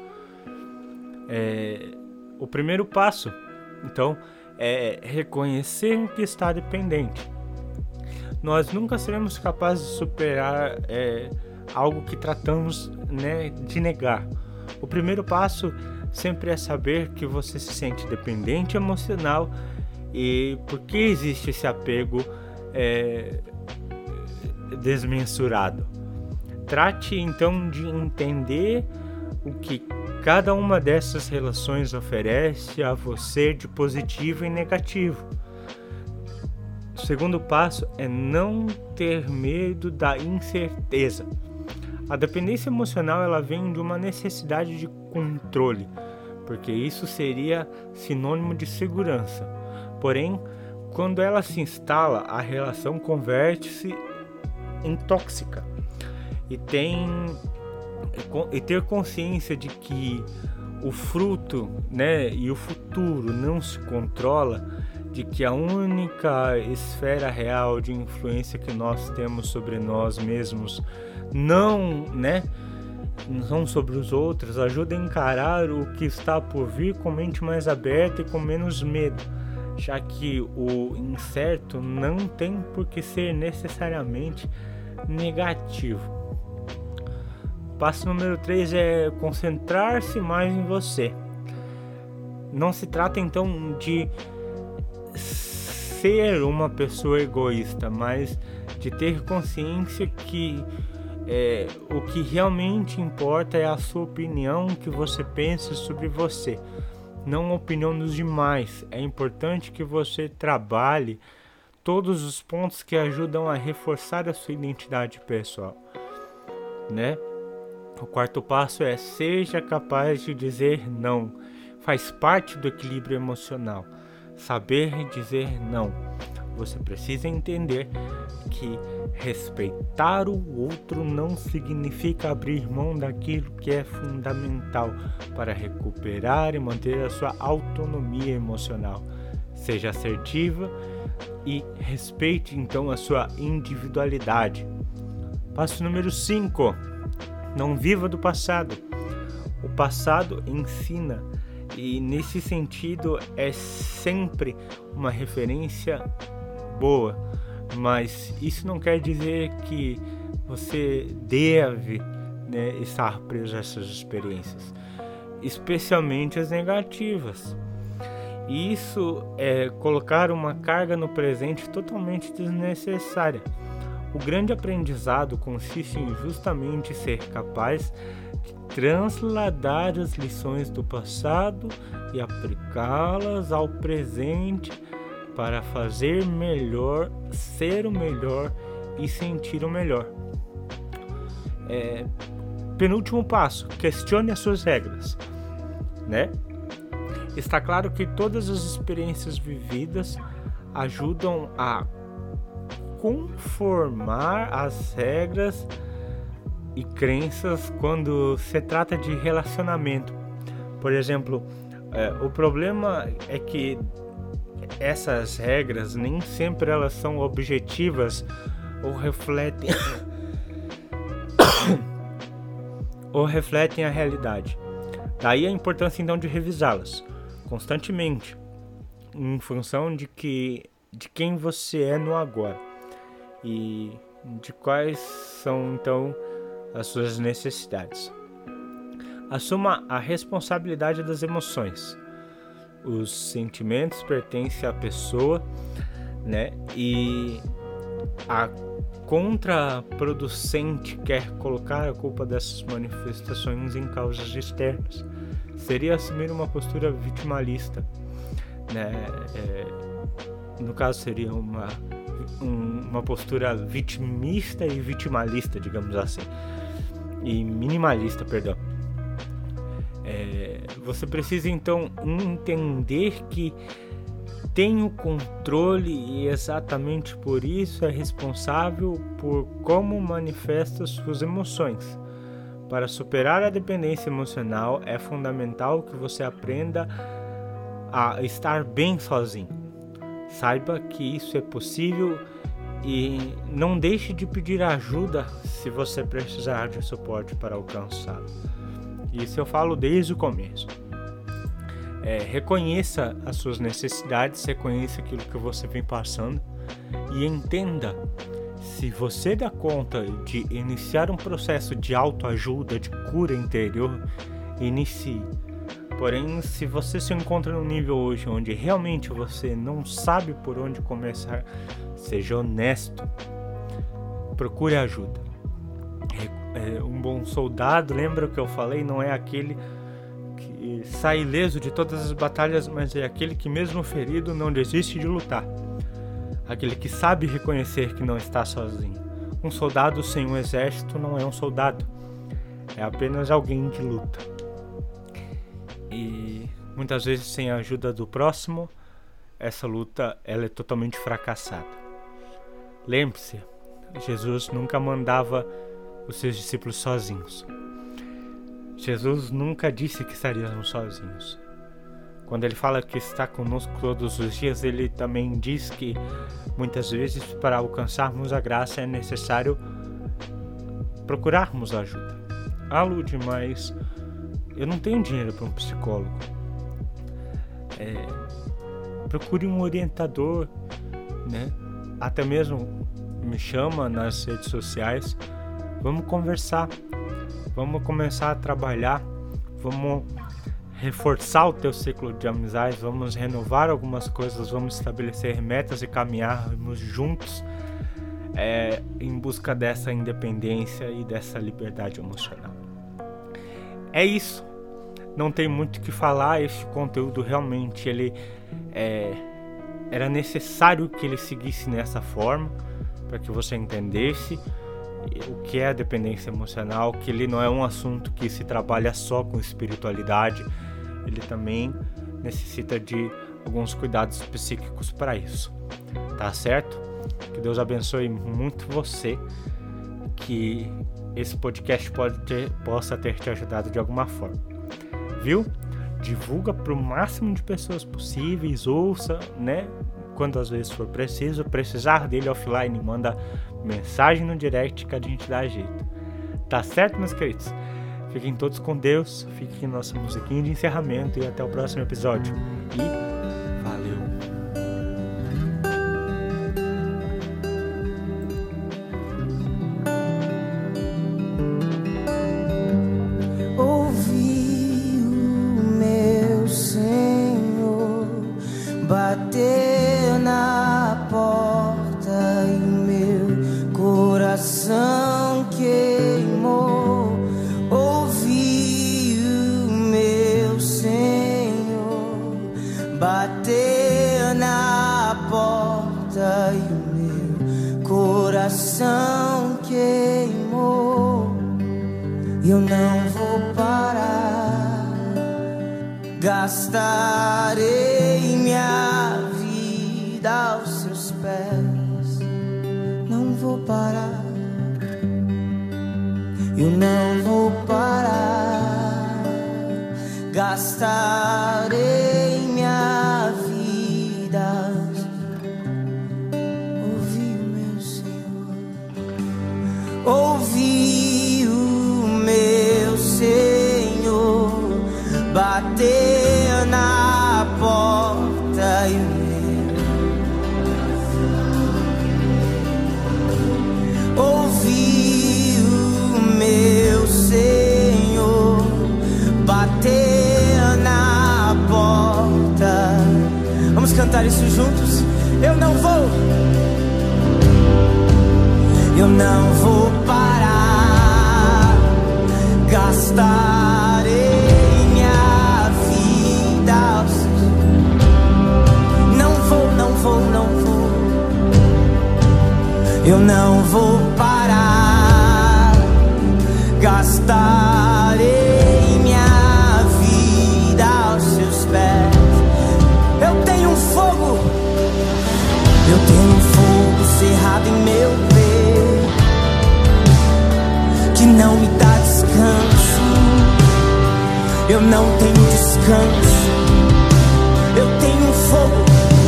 O primeiro passo, então, é reconhecer que está dependente. Nós nunca seremos capazes de superar algo que tratamos, né, de negar. O primeiro passo sempre é saber que você se sente dependente emocional e por que existe esse apego desmensurado. Trate então de entender o que cada uma dessas relações oferece a você de positivo e negativo. O segundo passo é não ter medo da incerteza. A dependência emocional ela vem de uma necessidade de controle, porque isso seria sinônimo de segurança. Porém, quando ela se instala, a relação converte-se em tóxica. E ter consciência de que o fruto, né, e o futuro não se controla, de que a única esfera real de influência que nós temos sobre nós mesmos não sobre os outros, ajuda a encarar o que está por vir com mente mais aberta e com menos medo, já que o incerto não tem por que ser necessariamente negativo. Passo número 3 é concentrar-se mais em você. Não se trata então de ser uma pessoa egoísta, mas de ter consciência que o que realmente importa é a sua opinião, que você pense sobre você, não a opinião dos demais. É importante que você trabalhe todos os pontos que ajudam a reforçar a sua identidade pessoal, né? O quarto passo é seja capaz de dizer não. Faz parte do equilíbrio emocional. Saber dizer não. Você precisa entender que respeitar o outro não significa abrir mão daquilo que é fundamental para recuperar e manter a sua autonomia emocional. Seja assertiva e respeite então a sua individualidade. Passo número 5. Não viva do passado. O passado ensina, e nesse sentido é sempre uma referência boa, mas isso não quer dizer que você deve, né, estar preso a essas experiências, especialmente as negativas. E isso é colocar uma carga no presente totalmente desnecessária. O grande aprendizado consiste em justamente ser capaz de transladar as lições do passado e aplicá-las ao presente para fazer melhor, ser o melhor e sentir o melhor. Penúltimo passo, questione as suas regras, né? Está claro que todas as experiências vividas ajudam a conformar as regras e crenças quando se trata de relacionamento. Por exemplo, o problema é que essas regras nem sempre elas são objetivas ou refletem a realidade. Daí a importância então de revisá-las constantemente, em função de quem você é no agora e de quais são então as suas necessidades. Assuma a responsabilidade das emoções. Os sentimentos pertencem à pessoa, né? E a contraproducente quer colocar a culpa dessas manifestações em causas externas. Seria assumir uma postura vitimalista, né? No caso seria uma postura vitimista e vitimalista, digamos assim, e minimalista, perdão. Você precisa então entender que tem o controle e exatamente por isso é responsável por como manifesta suas emoções. Para superar a dependência emocional é fundamental que você aprenda a estar bem sozinho. Saiba que isso é possível e não deixe de pedir ajuda se você precisar de suporte para alcançá-lo. Isso eu falo desde o começo. Reconheça as suas necessidades, reconheça aquilo que você vem passando e entenda, se você dá conta de iniciar um processo de autoajuda, de cura interior, inicie. Porém, se você se encontra num nível hoje onde realmente você não sabe por onde começar, seja honesto, procure ajuda. Um bom soldado, lembra o que eu falei, não é aquele que sai ileso de todas as batalhas, mas é aquele que mesmo ferido não desiste de lutar. Aquele que sabe reconhecer que não está sozinho. Um soldado sem um exército não é um soldado, é apenas alguém de luta. E muitas vezes sem a ajuda do próximo, essa luta ela é totalmente fracassada. Lembre-se, Jesus nunca mandava os seus discípulos sozinhos. Jesus nunca disse que estaríamos sozinhos. Quando ele fala que está conosco todos os dias, ele também diz que muitas vezes para alcançarmos a graça é necessário procurarmos ajuda. Lud, mas eu não tenho dinheiro para um psicólogo. Procure um orientador, né? Até mesmo me chama nas redes sociais. Vamos conversar, vamos começar a trabalhar, vamos reforçar o teu ciclo de amizades, vamos renovar algumas coisas, vamos estabelecer metas e caminharmos juntos em busca dessa independência e dessa liberdade emocional. É isso, não tem muito o que falar. Este conteúdo realmente era necessário que ele seguisse nessa forma, para que você entendesse o que é a dependência emocional, que ele não é um assunto que se trabalha só com espiritualidade, ele também necessita de alguns cuidados psíquicos para isso, tá certo? Que Deus abençoe muito você, que esse podcast possa ter te ajudado de alguma forma, viu? Divulga para o máximo de pessoas possíveis, ouça, né? Quantas vezes for preciso, precisar dele offline, manda mensagem no direct que a gente dá jeito. Tá certo, meus queridos? Fiquem todos com Deus, fiquem na nossa musiquinha de encerramento e até o próximo episódio. E valeu! Ouvi o meu Senhor bater na porta e o meu coração queimou. Ouvi o meu Senhor bater na porta e o meu coração queimou. Eu não vou parar, gastarei minha vida aos seus pés. Não vou parar, eu não vou parar, gastarei minha vida. Ouvi o meu Senhor, ouvi o meu Senhor bater na porta e ouvi o meu Senhor bater na porta. Vamos cantar isso juntos? Eu não vou parar, gastarei minha vida. Não vou, eu não vou parar, gastarei minha vida aos seus pés. Eu tenho um fogo cerrado em meu peito que não me dá descanso. Eu não tenho descanso. Eu tenho um fogo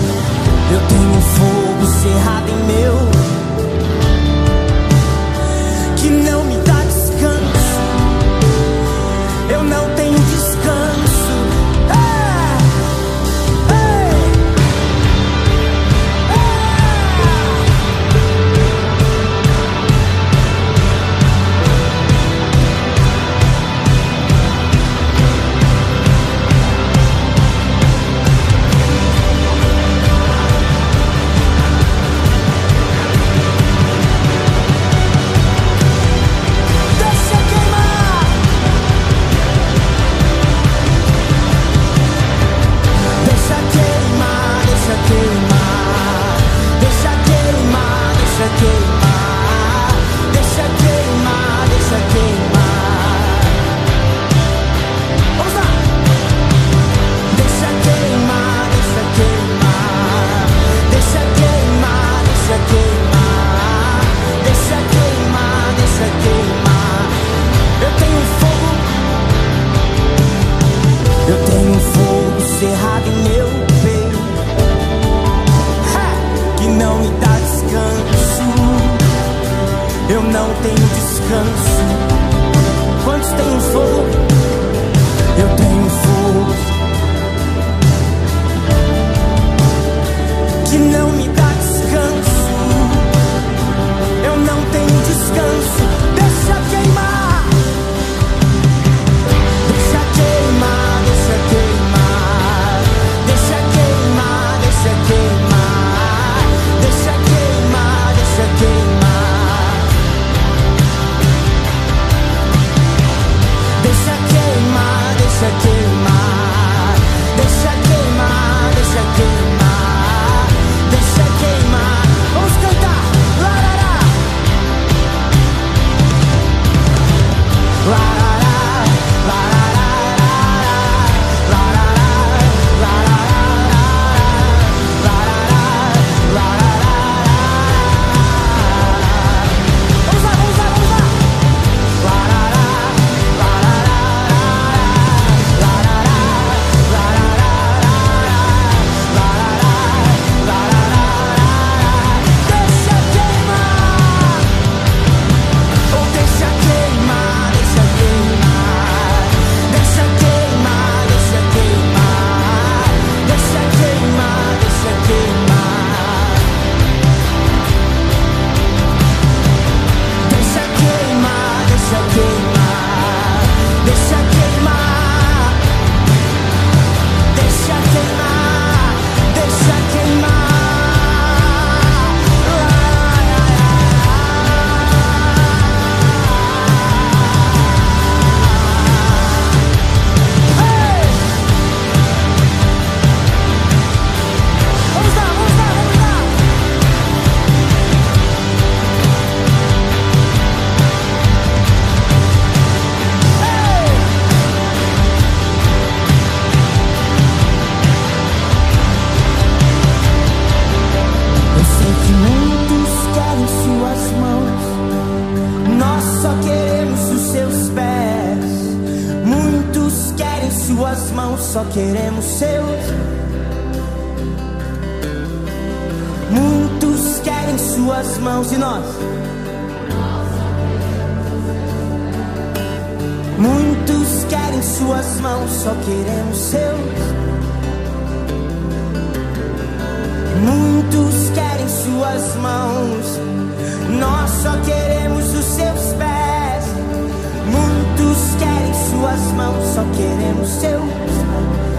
cerrado em meu que não me dá descanso. Eu não tenho descanso. Cerrado em meu peito que não me dá descanso. Eu não tenho descanso. Quantos têm fogo? Eu tenho fogo que não me dá descanso. Eu não tenho descanso. Deixa queimar, deixa queimar, deixa queimar. Deixa queimar, deixa queimar, deixa queimar, deixa queimar. Deixa queimar, deixa queimar, deixa queimar, deixa queimar. suas mãos, só queremos seus. Muitos querem suas mãos e nós. Muitos querem suas mãos, só queremos seus. Muitos querem suas mãos, nós só queremos os seus pés. Muitos querem suas mãos, só queremos seus pés.